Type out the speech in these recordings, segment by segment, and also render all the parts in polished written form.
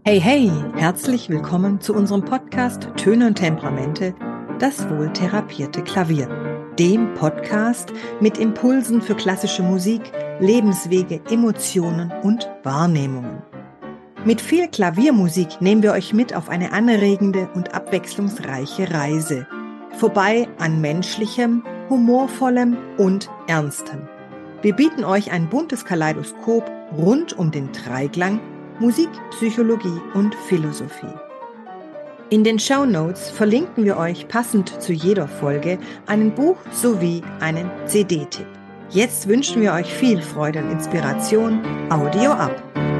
Hey, hey, herzlich willkommen zu unserem Podcast Töne und Temperamente, das wohltherapierte Klavier. Dem Podcast mit Impulsen für klassische Musik, Lebenswege, Emotionen und Wahrnehmungen. Mit viel Klaviermusik nehmen wir euch mit auf eine anregende und abwechslungsreiche Reise. Vorbei an Menschlichem, Humorvollem und Ernstem. Wir bieten euch ein buntes Kaleidoskop rund um den Dreiklang Musik, Psychologie und Philosophie. In den Shownotes verlinken wir euch passend zu jeder Folge einen Buch sowie einen CD-Tipp. Jetzt wünschen wir euch viel Freude und Inspiration. Audio ab!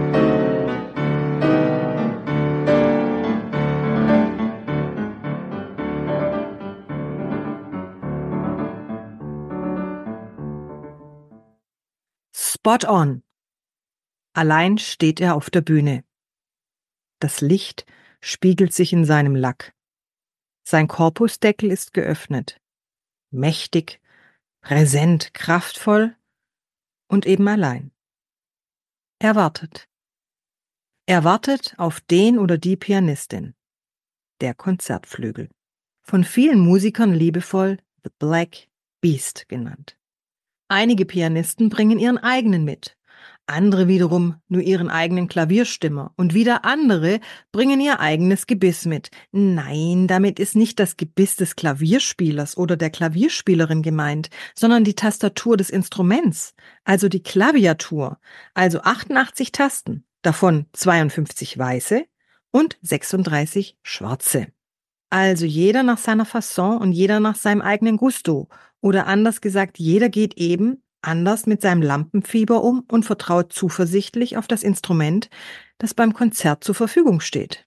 Spot on! Allein steht er auf der Bühne. Das Licht spiegelt sich in seinem Lack. Sein Korpusdeckel ist geöffnet. Mächtig, präsent, kraftvoll und eben allein. Er wartet. Er wartet auf den oder die Pianistin. Der Konzertflügel. Von vielen Musikern liebevoll The Black Beast genannt. Einige Pianisten bringen ihren eigenen mit. Andere wiederum nur ihren eigenen Klavierstimmer und wieder andere bringen ihr eigenes Gebiss mit. Nein, damit ist nicht das Gebiss des Klavierspielers oder der Klavierspielerin gemeint, sondern die Tastatur des Instruments, also die Klaviatur, also 88 Tasten, davon 52 weiße und 36 schwarze. Also jeder nach seiner Fasson und jeder nach seinem eigenen Gusto. Oder anders gesagt, jeder geht eben anders mit seinem Lampenfieber um und vertraut zuversichtlich auf das Instrument, das beim Konzert zur Verfügung steht.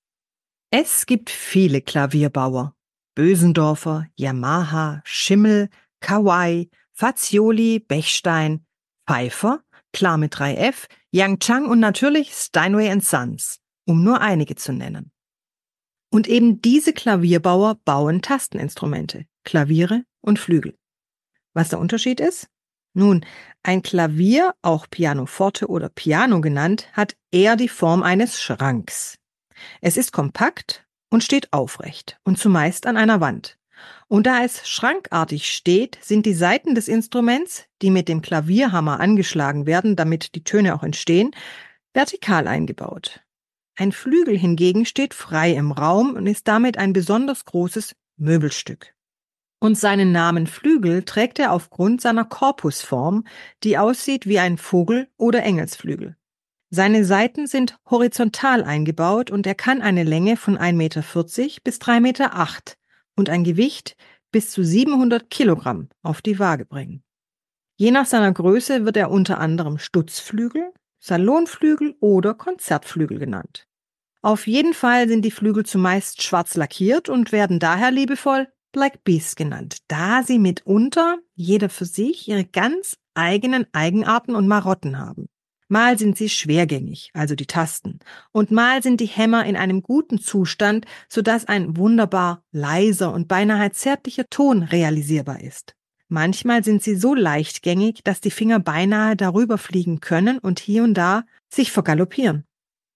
Es gibt viele Klavierbauer. Bösendorfer, Yamaha, Schimmel, Kawai, Fazioli, Bechstein, Pfeiffer, klar mit 3F, Yang-Chang und natürlich Steinway & Sons, um nur einige zu nennen. Und eben diese Klavierbauer bauen Tasteninstrumente, Klaviere und Flügel. Was der Unterschied ist? Nun, ein Klavier, auch Pianoforte oder Piano genannt, hat eher die Form eines Schranks. Es ist kompakt und steht aufrecht und zumeist an einer Wand. Und da es schrankartig steht, sind die Saiten des Instruments, die mit dem Klavierhammer angeschlagen werden, damit die Töne auch entstehen, vertikal eingebaut. Ein Flügel hingegen steht frei im Raum und ist damit ein besonders großes Möbelstück. Und seinen Namen Flügel trägt er aufgrund seiner Korpusform, die aussieht wie ein Vogel- oder Engelsflügel. Seine Saiten sind horizontal eingebaut und er kann eine Länge von 1,40 Meter bis 3,8 Meter und ein Gewicht bis zu 700 Kilogramm auf die Waage bringen. Je nach seiner Größe wird er unter anderem Stutzflügel, Salonflügel oder Konzertflügel genannt. Auf jeden Fall sind die Flügel zumeist schwarz lackiert und werden daher liebevoll Black Beast genannt, da sie mitunter, jeder für sich, ihre ganz eigenen Eigenarten und Marotten haben. Mal sind sie schwergängig, also die Tasten, und mal sind die Hämmer in einem guten Zustand, sodass ein wunderbar leiser und beinahe zärtlicher Ton realisierbar ist. Manchmal sind sie so leichtgängig, dass die Finger beinahe darüber fliegen können und hier und da sich vergaloppieren.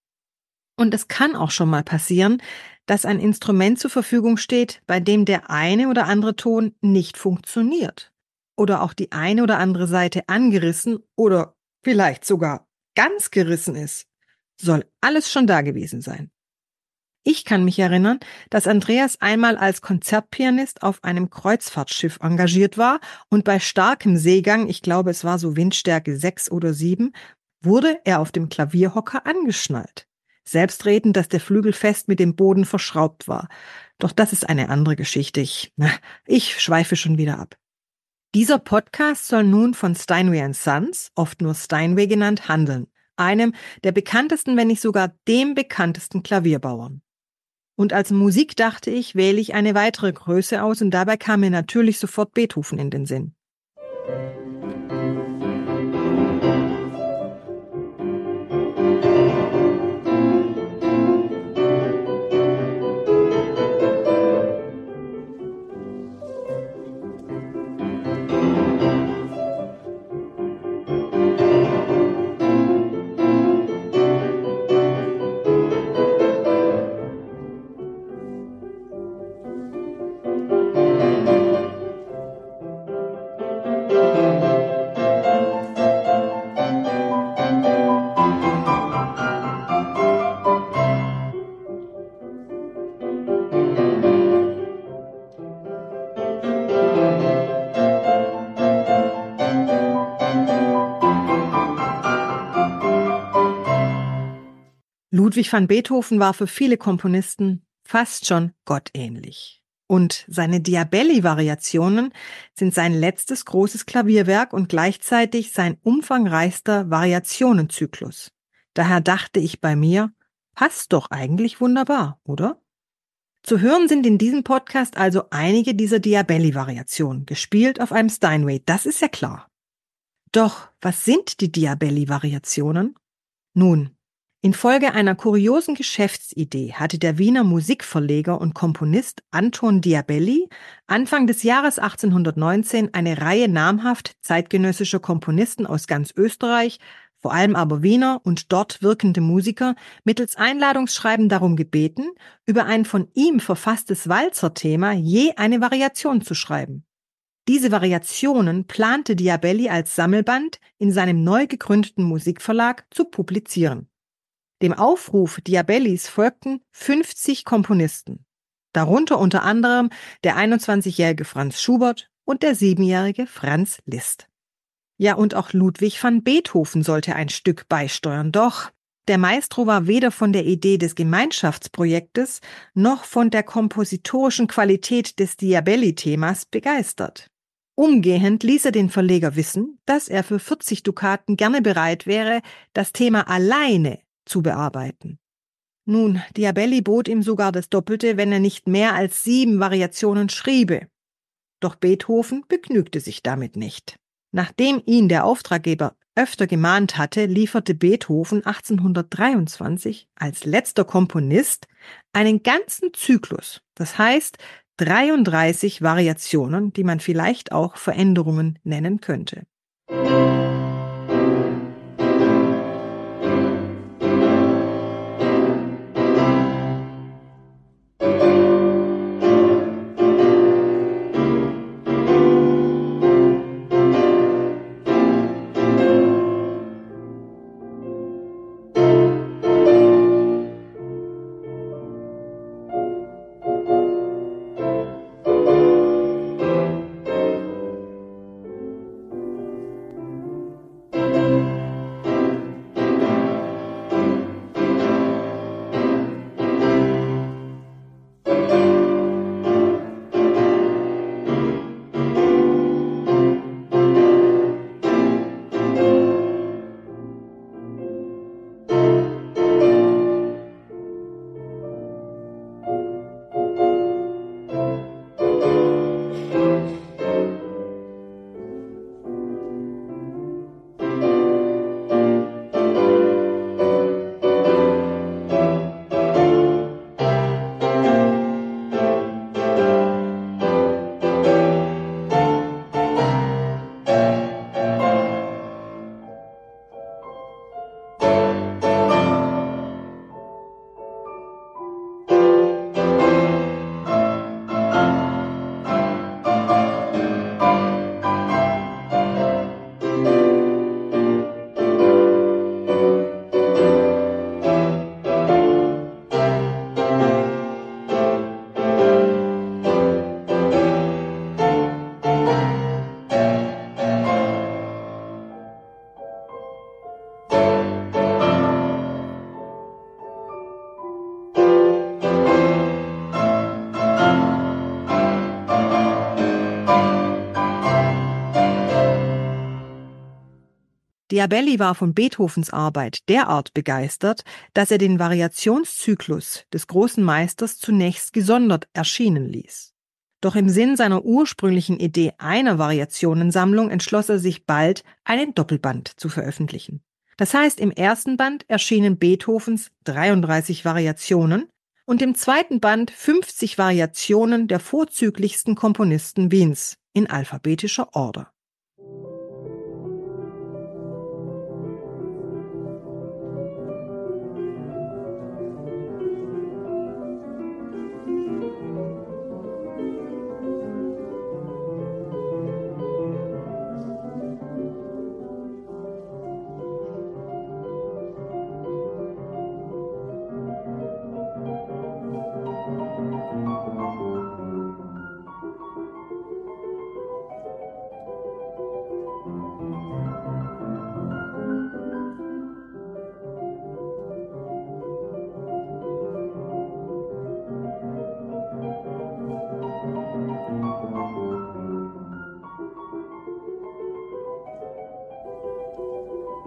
Und es kann auch schon mal passieren, dass ein Instrument zur Verfügung steht, bei dem der eine oder andere Ton nicht funktioniert oder auch die eine oder andere Saite angerissen oder vielleicht sogar ganz gerissen ist. Soll alles schon da gewesen sein. Ich kann mich erinnern, dass Andreas einmal als Konzertpianist auf einem Kreuzfahrtschiff engagiert war und bei starkem Seegang, ich glaube es war so Windstärke 6 oder 7, wurde er auf dem Klavierhocker angeschnallt. Selbstredend, dass der Flügel fest mit dem Boden verschraubt war. Doch das ist eine andere Geschichte. Ich schweife schon wieder ab. Dieser Podcast soll nun von Steinway & Sons, oft nur Steinway genannt, handeln. Einem der bekanntesten, wenn nicht sogar dem bekanntesten Klavierbauern. Und als Musik dachte ich, wähle ich eine weitere Größe aus und dabei kam mir natürlich sofort Beethoven in den Sinn. Ludwig van Beethoven war für viele Komponisten fast schon gottähnlich. Und seine Diabelli-Variationen sind sein letztes großes Klavierwerk und gleichzeitig sein umfangreichster Variationenzyklus. Daher dachte ich bei mir, passt doch eigentlich wunderbar, oder? Zu hören sind in diesem Podcast also einige dieser Diabelli-Variationen, gespielt auf einem Steinway, das ist ja klar. Doch was sind die Diabelli-Variationen? Nun, infolge einer kuriosen Geschäftsidee hatte der Wiener Musikverleger und Komponist Anton Diabelli Anfang des Jahres 1819 eine Reihe namhaft zeitgenössischer Komponisten aus ganz Österreich, vor allem aber Wiener und dort wirkende Musiker, mittels Einladungsschreiben darum gebeten, über ein von ihm verfasstes Walzerthema je eine Variation zu schreiben. Diese Variationen plante Diabelli als Sammelband in seinem neu gegründeten Musikverlag zu publizieren. Dem Aufruf Diabellis folgten 50 Komponisten, darunter unter anderem der 21-jährige Franz Schubert und der 7-jährige Franz Liszt. Ja, und auch Ludwig van Beethoven sollte ein Stück beisteuern, doch der Maestro war weder von der Idee des Gemeinschaftsprojektes noch von der kompositorischen Qualität des Diabelli-Themas begeistert. Umgehend ließ er den Verleger wissen, dass er für 40 Dukaten gerne bereit wäre, das Thema alleine zu bearbeiten. Nun, Diabelli bot ihm sogar das Doppelte, wenn er nicht mehr als 7 Variationen schriebe. Doch Beethoven begnügte sich damit nicht. Nachdem ihn der Auftraggeber öfter gemahnt hatte, lieferte Beethoven 1823 als letzter Komponist einen ganzen Zyklus, das heißt 33 Variationen, die man vielleicht auch Veränderungen nennen könnte. Diabelli war von Beethovens Arbeit derart begeistert, dass er den Variationszyklus des großen Meisters zunächst gesondert erschienen ließ. Doch im Sinn seiner ursprünglichen Idee einer Variationensammlung entschloss er sich bald, einen Doppelband zu veröffentlichen. Das heißt, im ersten Band erschienen Beethovens 33 Variationen und im zweiten Band 50 Variationen der vorzüglichsten Komponisten Wiens in alphabetischer Order.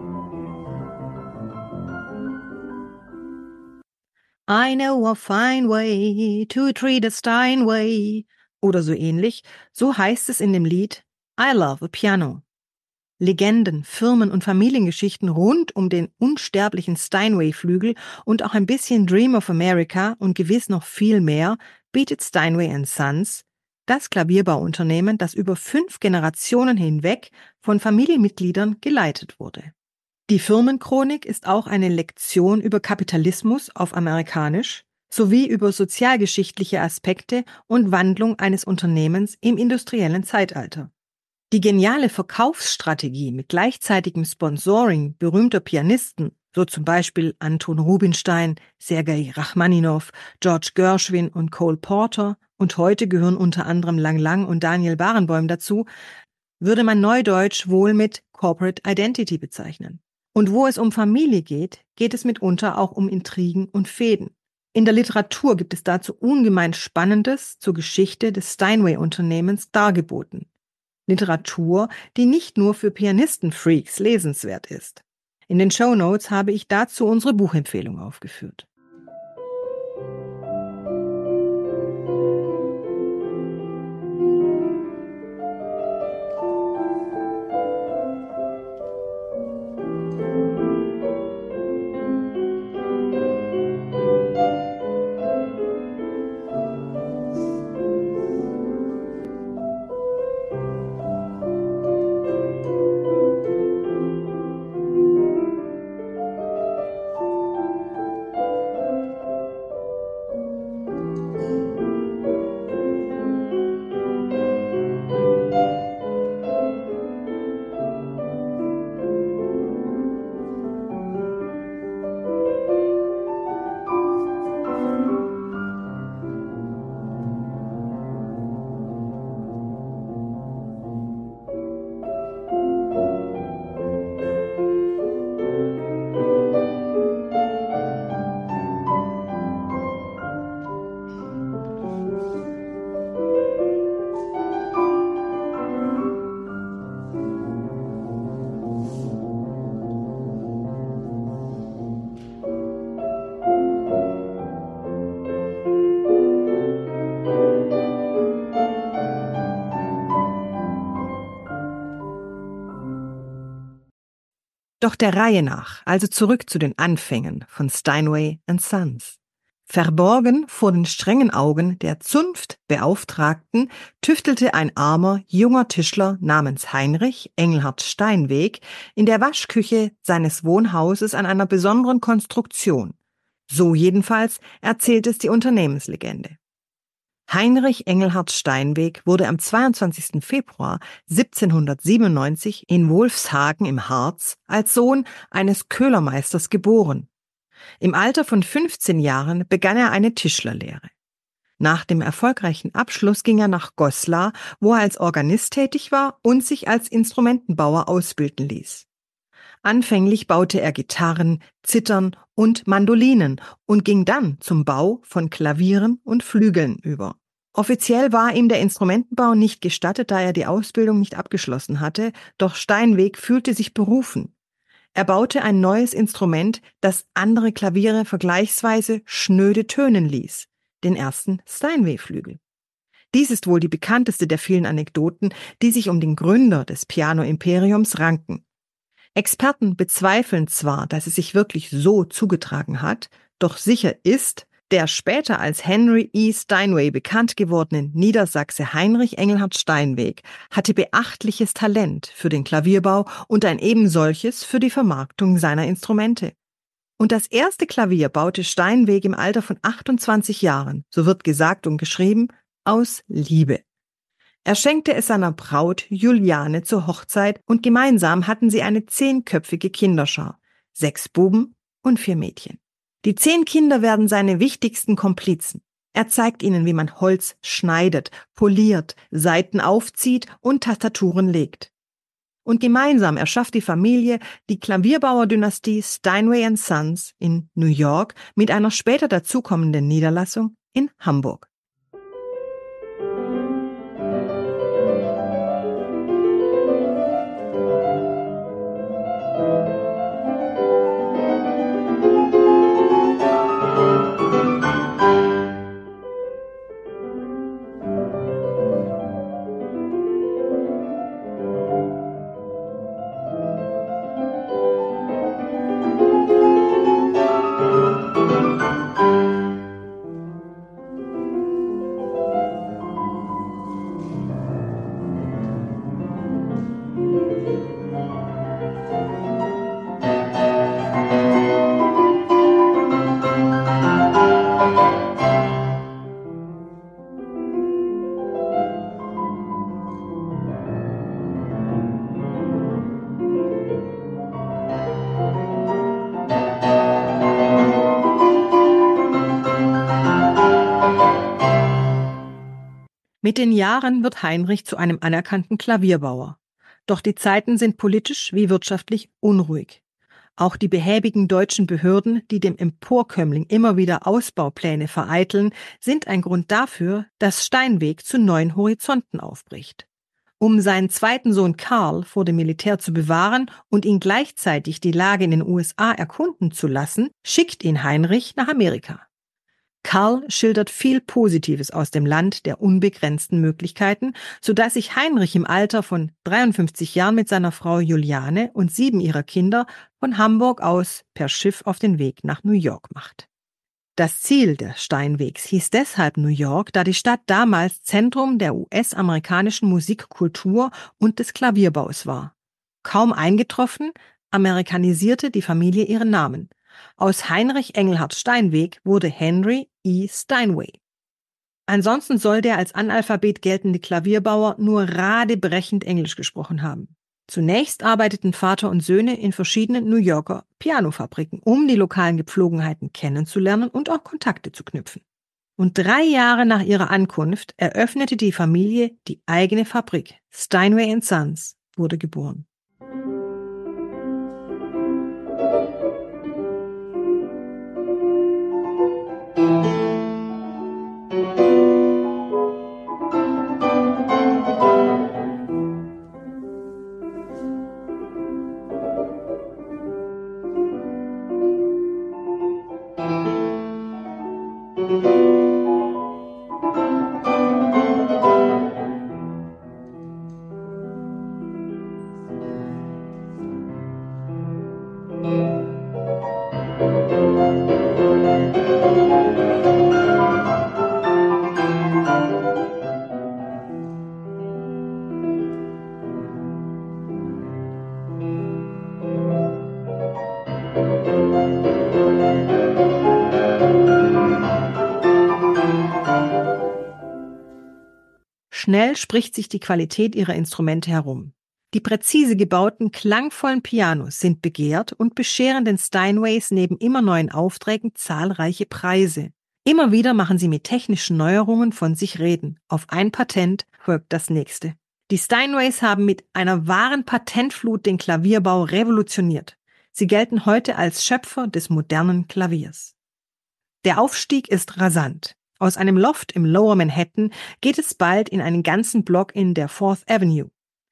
I know a fine way to treat a Steinway. Oder so ähnlich, so heißt es in dem Lied I Love a Piano. Legenden, Firmen und Familiengeschichten rund um den unsterblichen Steinway-Flügel und auch ein bisschen Dream of America und gewiss noch viel mehr bietet Steinway Sons, das Klavierbauunternehmen, das über 5 Generationen hinweg von Familienmitgliedern geleitet wurde. Die Firmenchronik ist auch eine Lektion über Kapitalismus auf Amerikanisch sowie über sozialgeschichtliche Aspekte und Wandlung eines Unternehmens im industriellen Zeitalter. Die geniale Verkaufsstrategie mit gleichzeitigem Sponsoring berühmter Pianisten, so zum Beispiel Anton Rubinstein, Sergei Rachmaninow, George Gershwin und Cole Porter, und heute gehören unter anderem Lang Lang und Daniel Barenboim dazu, würde man neudeutsch wohl mit Corporate Identity bezeichnen. Und wo es um Familie geht, geht es mitunter auch um Intrigen und Fäden. In der Literatur gibt es dazu ungemein Spannendes zur Geschichte des Steinway-Unternehmens dargeboten. Literatur, die nicht nur für Pianistenfreaks lesenswert ist. In den Shownotes habe ich dazu unsere Buchempfehlung aufgeführt. Doch der Reihe nach, also zurück zu den Anfängen von Steinway Sons. Verborgen vor den strengen Augen der Zunftbeauftragten tüftelte ein armer, junger Tischler namens Heinrich Engelhard Steinweg in der Waschküche seines Wohnhauses an einer besonderen Konstruktion. So jedenfalls erzählt es die Unternehmenslegende. Heinrich Engelhard Steinweg wurde am 22. Februar 1797 in Wolfshagen im Harz als Sohn eines Köhlermeisters geboren. Im Alter von 15 Jahren begann er eine Tischlerlehre. Nach dem erfolgreichen Abschluss ging er nach Goslar, wo er als Organist tätig war und sich als Instrumentenbauer ausbilden ließ. Anfänglich baute er Gitarren, Zithern und Mandolinen und ging dann zum Bau von Klavieren und Flügeln über. Offiziell war ihm der Instrumentenbau nicht gestattet, da er die Ausbildung nicht abgeschlossen hatte, doch Steinweg fühlte sich berufen. Er baute ein neues Instrument, das andere Klaviere vergleichsweise schnöde tönen ließ, den ersten Steinway-Flügel. Dies ist wohl die bekannteste der vielen Anekdoten, die sich um den Gründer des Piano-Imperiums ranken. Experten bezweifeln zwar, dass es sich wirklich so zugetragen hat, doch sicher ist, der später als Henry E. Steinway bekannt gewordene Niedersachse Heinrich Engelhard Steinweg hatte beachtliches Talent für den Klavierbau und ein ebensolches für die Vermarktung seiner Instrumente. Und das erste Klavier baute Steinweg im Alter von 28 Jahren, so wird gesagt und geschrieben, aus Liebe. Er schenkte es seiner Braut Juliane zur Hochzeit und gemeinsam hatten sie eine 10-köpfige Kinderschar, 6 Buben und 4 Mädchen. Die 10 Kinder werden seine wichtigsten Komplizen. Er zeigt ihnen, wie man Holz schneidet, poliert, Saiten aufzieht und Tastaturen legt. Und gemeinsam erschafft die Familie die Klavierbauerdynastie Steinway Sons in New York mit einer später dazukommenden Niederlassung in Hamburg. Mit den Jahren wird Heinrich zu einem anerkannten Klavierbauer. Doch die Zeiten sind politisch wie wirtschaftlich unruhig. Auch die behäbigen deutschen Behörden, die dem Emporkömmling immer wieder Ausbaupläne vereiteln, sind ein Grund dafür, dass Steinweg zu neuen Horizonten aufbricht. Um seinen zweiten Sohn Karl vor dem Militär zu bewahren und ihn gleichzeitig die Lage in den USA erkunden zu lassen, schickt ihn Heinrich nach Amerika. Karl schildert viel Positives aus dem Land der unbegrenzten Möglichkeiten, sodass sich Heinrich im Alter von 53 Jahren mit seiner Frau Juliane und 7 ihrer Kinder von Hamburg aus per Schiff auf den Weg nach New York macht. Das Ziel des Steinwegs hieß deshalb New York, da die Stadt damals Zentrum der US-amerikanischen Musikkultur und des Klavierbaus war. Kaum eingetroffen, amerikanisierte die Familie ihren Namen. Aus Heinrich Engelhard Steinweg wurde Henry E. Steinway. Ansonsten soll der als Analphabet geltende Klavierbauer nur radebrechend Englisch gesprochen haben. Zunächst arbeiteten Vater und Söhne in verschiedenen New Yorker Pianofabriken, um die lokalen Gepflogenheiten kennenzulernen und auch Kontakte zu knüpfen. Und 3 Jahre nach ihrer Ankunft eröffnete die Familie die eigene Fabrik. Steinway & Sons wurde geboren. Schnell spricht sich die Qualität ihrer Instrumente herum. Die präzise gebauten, klangvollen Pianos sind begehrt und bescheren den Steinways neben immer neuen Aufträgen zahlreiche Preise. Immer wieder machen sie mit technischen Neuerungen von sich reden. Auf ein Patent folgt das nächste. Die Steinways haben mit einer wahren Patentflut den Klavierbau revolutioniert. Sie gelten heute als Schöpfer des modernen Klaviers. Der Aufstieg ist rasant. Aus einem Loft im Lower Manhattan geht es bald in einen ganzen Block in der Fourth Avenue.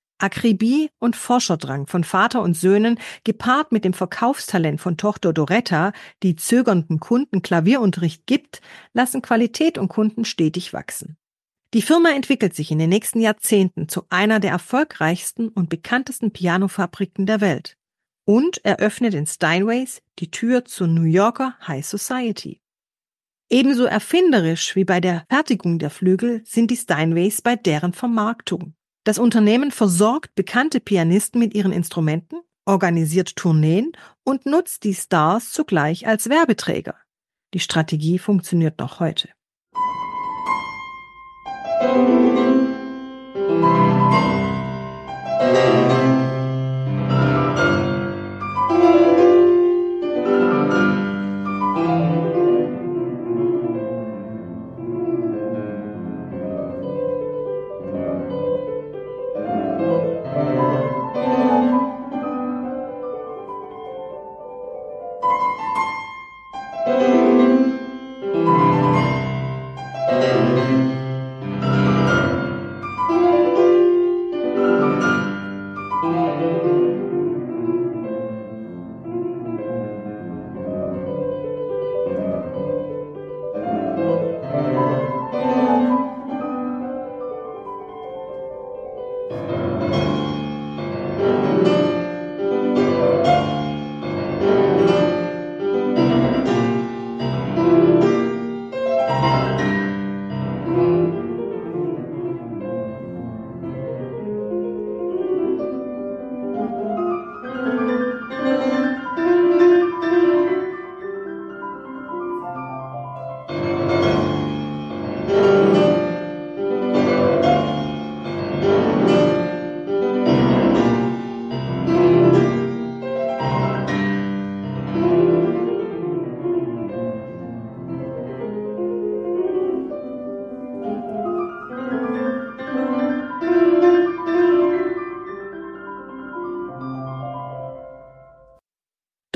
Akribie und Forscherdrang von Vater und Söhnen, gepaart mit dem Verkaufstalent von Tochter Doretta, die zögernden Kunden Klavierunterricht gibt, lassen Qualität und Kunden stetig wachsen. Die Firma entwickelt sich in den nächsten Jahrzehnten zu einer der erfolgreichsten und bekanntesten Pianofabriken der Welt und eröffnet den Steinways die Tür zur New Yorker High Society. Ebenso erfinderisch wie bei der Fertigung der Flügel sind die Steinways bei deren Vermarktung. Das Unternehmen versorgt bekannte Pianisten mit ihren Instrumenten, organisiert Tourneen und nutzt die Stars zugleich als Werbeträger. Die Strategie funktioniert noch heute.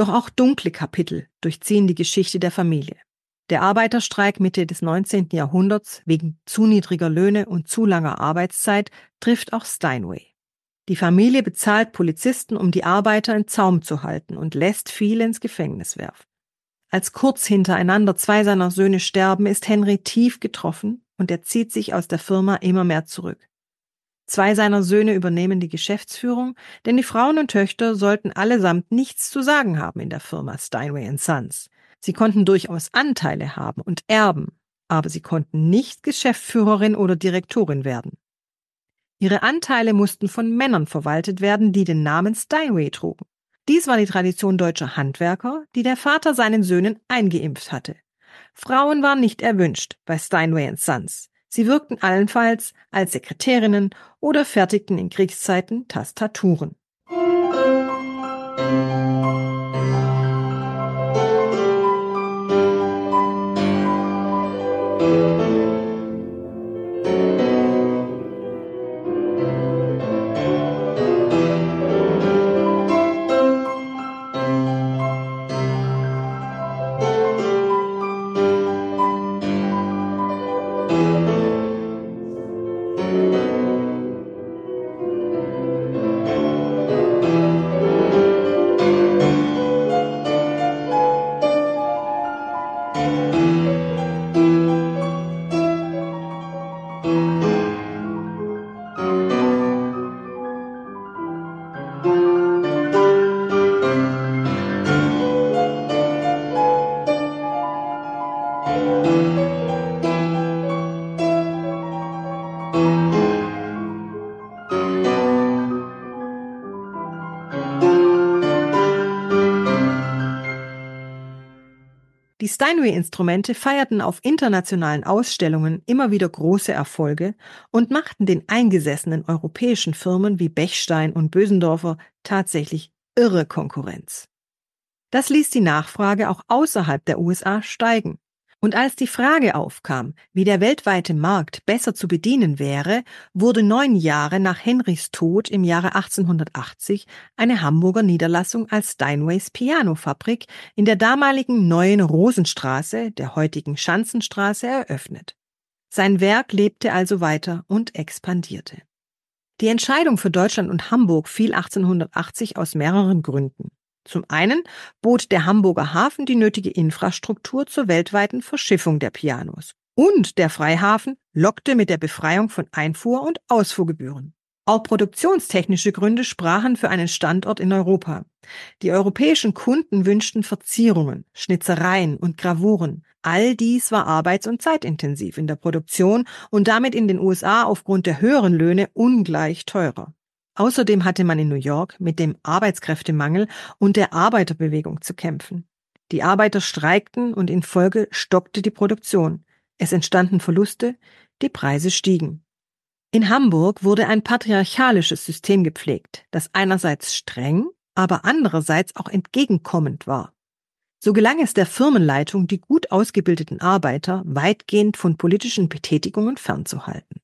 Doch auch dunkle Kapitel durchziehen die Geschichte der Familie. Der Arbeiterstreik Mitte des 19. Jahrhunderts wegen zu niedriger Löhne und zu langer Arbeitszeit trifft auch Steinway. Die Familie bezahlt Polizisten, um die Arbeiter in Zaum zu halten und lässt viele ins Gefängnis werfen. Als kurz hintereinander 2 seiner Söhne sterben, ist Henry tief getroffen und er zieht sich aus der Firma immer mehr zurück. 2 seiner Söhne übernehmen die Geschäftsführung, denn die Frauen und Töchter sollten allesamt nichts zu sagen haben in der Firma Steinway & Sons. Sie konnten durchaus Anteile haben und erben, aber sie konnten nicht Geschäftsführerin oder Direktorin werden. Ihre Anteile mussten von Männern verwaltet werden, die den Namen Steinway trugen. Dies war die Tradition deutscher Handwerker, die der Vater seinen Söhnen eingeimpft hatte. Frauen waren nicht erwünscht bei Steinway & Sons. Sie wirkten allenfalls als Sekretärinnen oder fertigten in Kriegszeiten Tastaturen. Die Steinway-Instrumente feierten auf internationalen Ausstellungen immer wieder große Erfolge und machten den eingesessenen europäischen Firmen wie Bechstein und Bösendorfer tatsächlich irre Konkurrenz. Das ließ die Nachfrage auch außerhalb der USA steigen. Und als die Frage aufkam, wie der weltweite Markt besser zu bedienen wäre, wurde 9 Jahre nach Henrys Tod im Jahre 1880 eine Hamburger Niederlassung als Steinways Pianofabrik in der damaligen neuen Rosenstraße, der heutigen Schanzenstraße, eröffnet. Sein Werk lebte also weiter und expandierte. Die Entscheidung für Deutschland und Hamburg fiel 1880 aus mehreren Gründen. Zum einen bot der Hamburger Hafen die nötige Infrastruktur zur weltweiten Verschiffung der Pianos. Und der Freihafen lockte mit der Befreiung von Einfuhr- und Ausfuhrgebühren. Auch produktionstechnische Gründe sprachen für einen Standort in Europa. Die europäischen Kunden wünschten Verzierungen, Schnitzereien und Gravuren. All dies war arbeits- und zeitintensiv in der Produktion und damit in den USA aufgrund der höheren Löhne ungleich teurer. Außerdem hatte man in New York mit dem Arbeitskräftemangel und der Arbeiterbewegung zu kämpfen. Die Arbeiter streikten und in Folge stockte die Produktion. Es entstanden Verluste, die Preise stiegen. In Hamburg wurde ein patriarchalisches System gepflegt, das einerseits streng, aber andererseits auch entgegenkommend war. So gelang es der Firmenleitung, die gut ausgebildeten Arbeiter weitgehend von politischen Betätigungen fernzuhalten.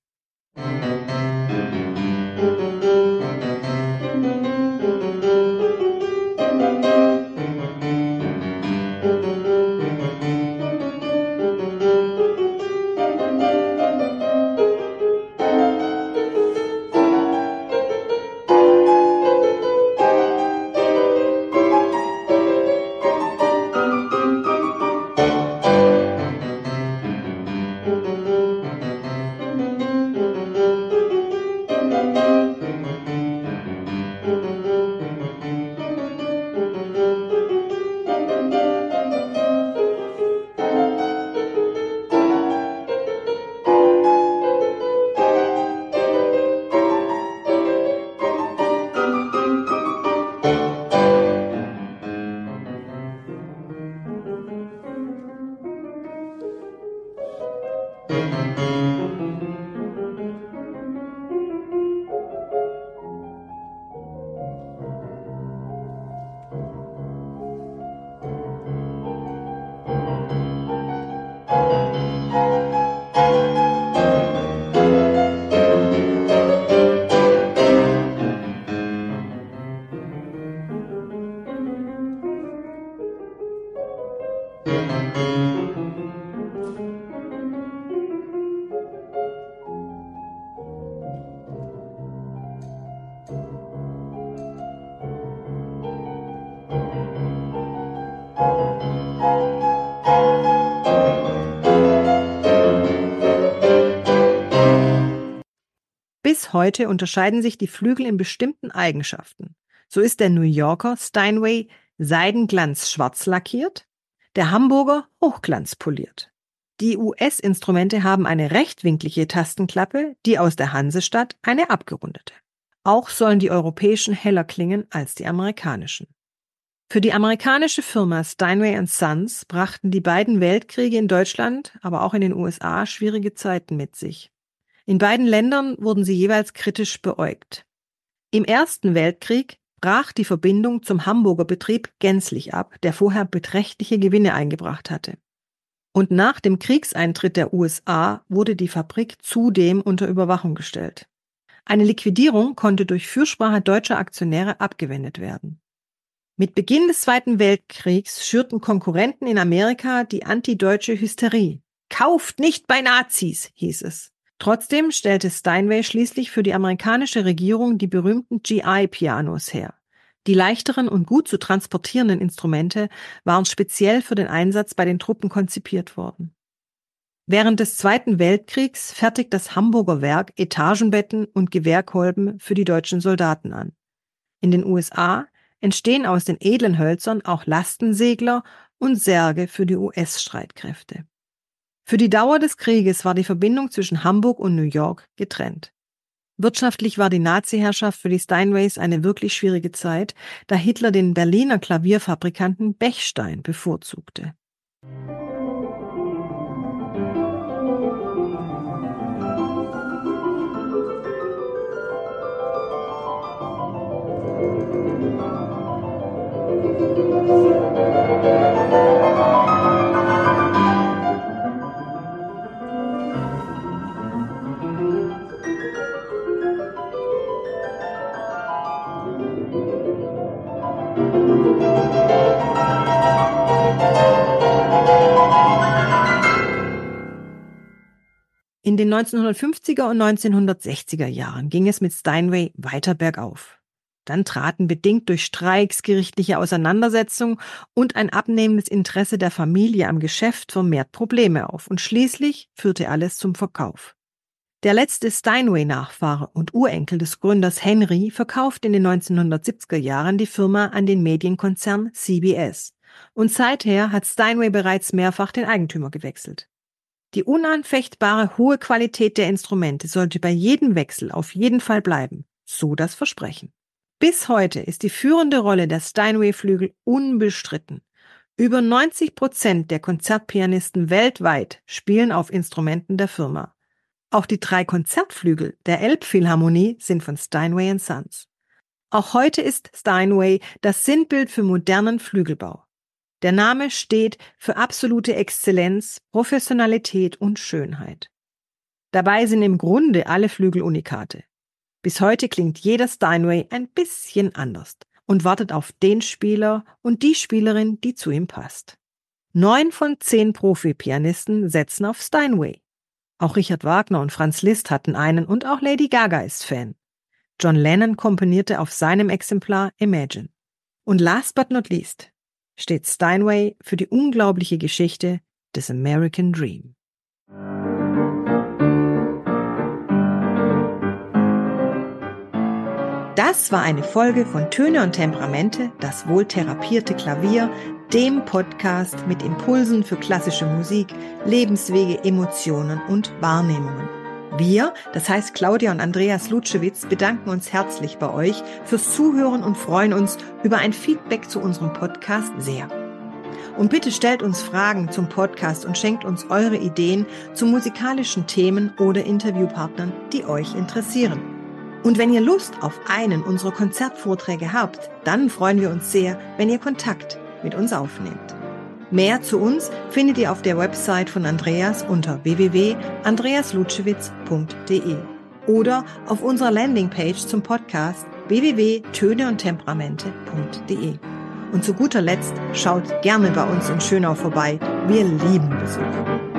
Bis heute unterscheiden sich die Flügel in bestimmten Eigenschaften. So ist der New Yorker Steinway seidenglanzschwarz lackiert, der Hamburger hochglanzpoliert. Die US-Instrumente haben eine rechtwinklige Tastenklappe, die aus der Hansestadt eine abgerundete. Auch sollen die europäischen heller klingen als die amerikanischen. Für die amerikanische Firma Steinway & Sons brachten die beiden Weltkriege in Deutschland, aber auch in den USA schwierige Zeiten mit sich. In beiden Ländern wurden sie jeweils kritisch beäugt. Im Ersten Weltkrieg brach die Verbindung zum Hamburger Betrieb gänzlich ab, der vorher beträchtliche Gewinne eingebracht hatte. Und nach dem Kriegseintritt der USA wurde die Fabrik zudem unter Überwachung gestellt. Eine Liquidierung konnte durch Fürsprache deutscher Aktionäre abgewendet werden. Mit Beginn des Zweiten Weltkriegs schürten Konkurrenten in Amerika die antideutsche Hysterie. Kauft nicht bei Nazis, hieß es. Trotzdem stellte Steinway schließlich für die amerikanische Regierung die berühmten GI-Pianos her. Die leichteren und gut zu transportierenden Instrumente waren speziell für den Einsatz bei den Truppen konzipiert worden. Während des Zweiten Weltkriegs fertigt das Hamburger Werk Etagenbetten und Gewehrkolben für die deutschen Soldaten an. In den USA entstehen aus den edlen Hölzern auch Lastensegler und Särge für die US-Streitkräfte. Für die Dauer des Krieges war die Verbindung zwischen Hamburg und New York getrennt. Wirtschaftlich war die Nazi-Herrschaft für die Steinways eine wirklich schwierige Zeit, da Hitler den Berliner Klavierfabrikanten Bechstein bevorzugte. In den 1950er und 1960er Jahren ging es mit Steinway weiter bergauf. Dann traten bedingt durch Streiks, gerichtliche Auseinandersetzungen und ein abnehmendes Interesse der Familie am Geschäft vermehrt Probleme auf und schließlich führte alles zum Verkauf. Der letzte Steinway-Nachfahre und Urenkel des Gründers Henry verkaufte in den 1970er Jahren die Firma an den Medienkonzern CBS. Und seither hat Steinway bereits mehrfach den Eigentümer gewechselt. Die unanfechtbare hohe Qualität der Instrumente sollte bei jedem Wechsel auf jeden Fall bleiben, so das Versprechen. Bis heute ist die führende Rolle der Steinway-Flügel unbestritten. Über 90% der Konzertpianisten weltweit spielen auf Instrumenten der Firma. Auch die 3 Konzertflügel der Elbphilharmonie sind von Steinway & Sons. Auch heute ist Steinway das Sinnbild für modernen Flügelbau. Der Name steht für absolute Exzellenz, Professionalität und Schönheit. Dabei sind im Grunde alle Flügel Unikate. Bis heute klingt jeder Steinway ein bisschen anders und wartet auf den Spieler und die Spielerin, die zu ihm passt. 9 von 10 Profi-Pianisten setzen auf Steinway. Auch Richard Wagner und Franz Liszt hatten einen und auch Lady Gaga ist Fan. John Lennon komponierte auf seinem Exemplar Imagine. Und last but not least steht Steinway für die unglaubliche Geschichte des American Dream. Das war eine Folge von Töne und Temperamente, das wohltherapierte Klavier, dem Podcast mit Impulsen für klassische Musik, Lebenswege, Emotionen und Wahrnehmungen. Wir, das heißt Claudia und Andreas Lutschewitz, bedanken uns herzlich bei euch fürs Zuhören und freuen uns über ein Feedback zu unserem Podcast sehr. Und bitte stellt uns Fragen zum Podcast und schenkt uns eure Ideen zu musikalischen Themen oder Interviewpartnern, die euch interessieren. Und wenn ihr Lust auf einen unserer Konzertvorträge habt, dann freuen wir uns sehr, wenn ihr Kontakt mit uns aufnehmt. Mehr zu uns findet ihr auf der Website von Andreas unter www.andreaslutschewitz.de oder auf unserer Landingpage zum Podcast www.töneundtemperamente.de. Und zu guter Letzt schaut gerne bei uns in Schönau vorbei. Wir lieben Besuch.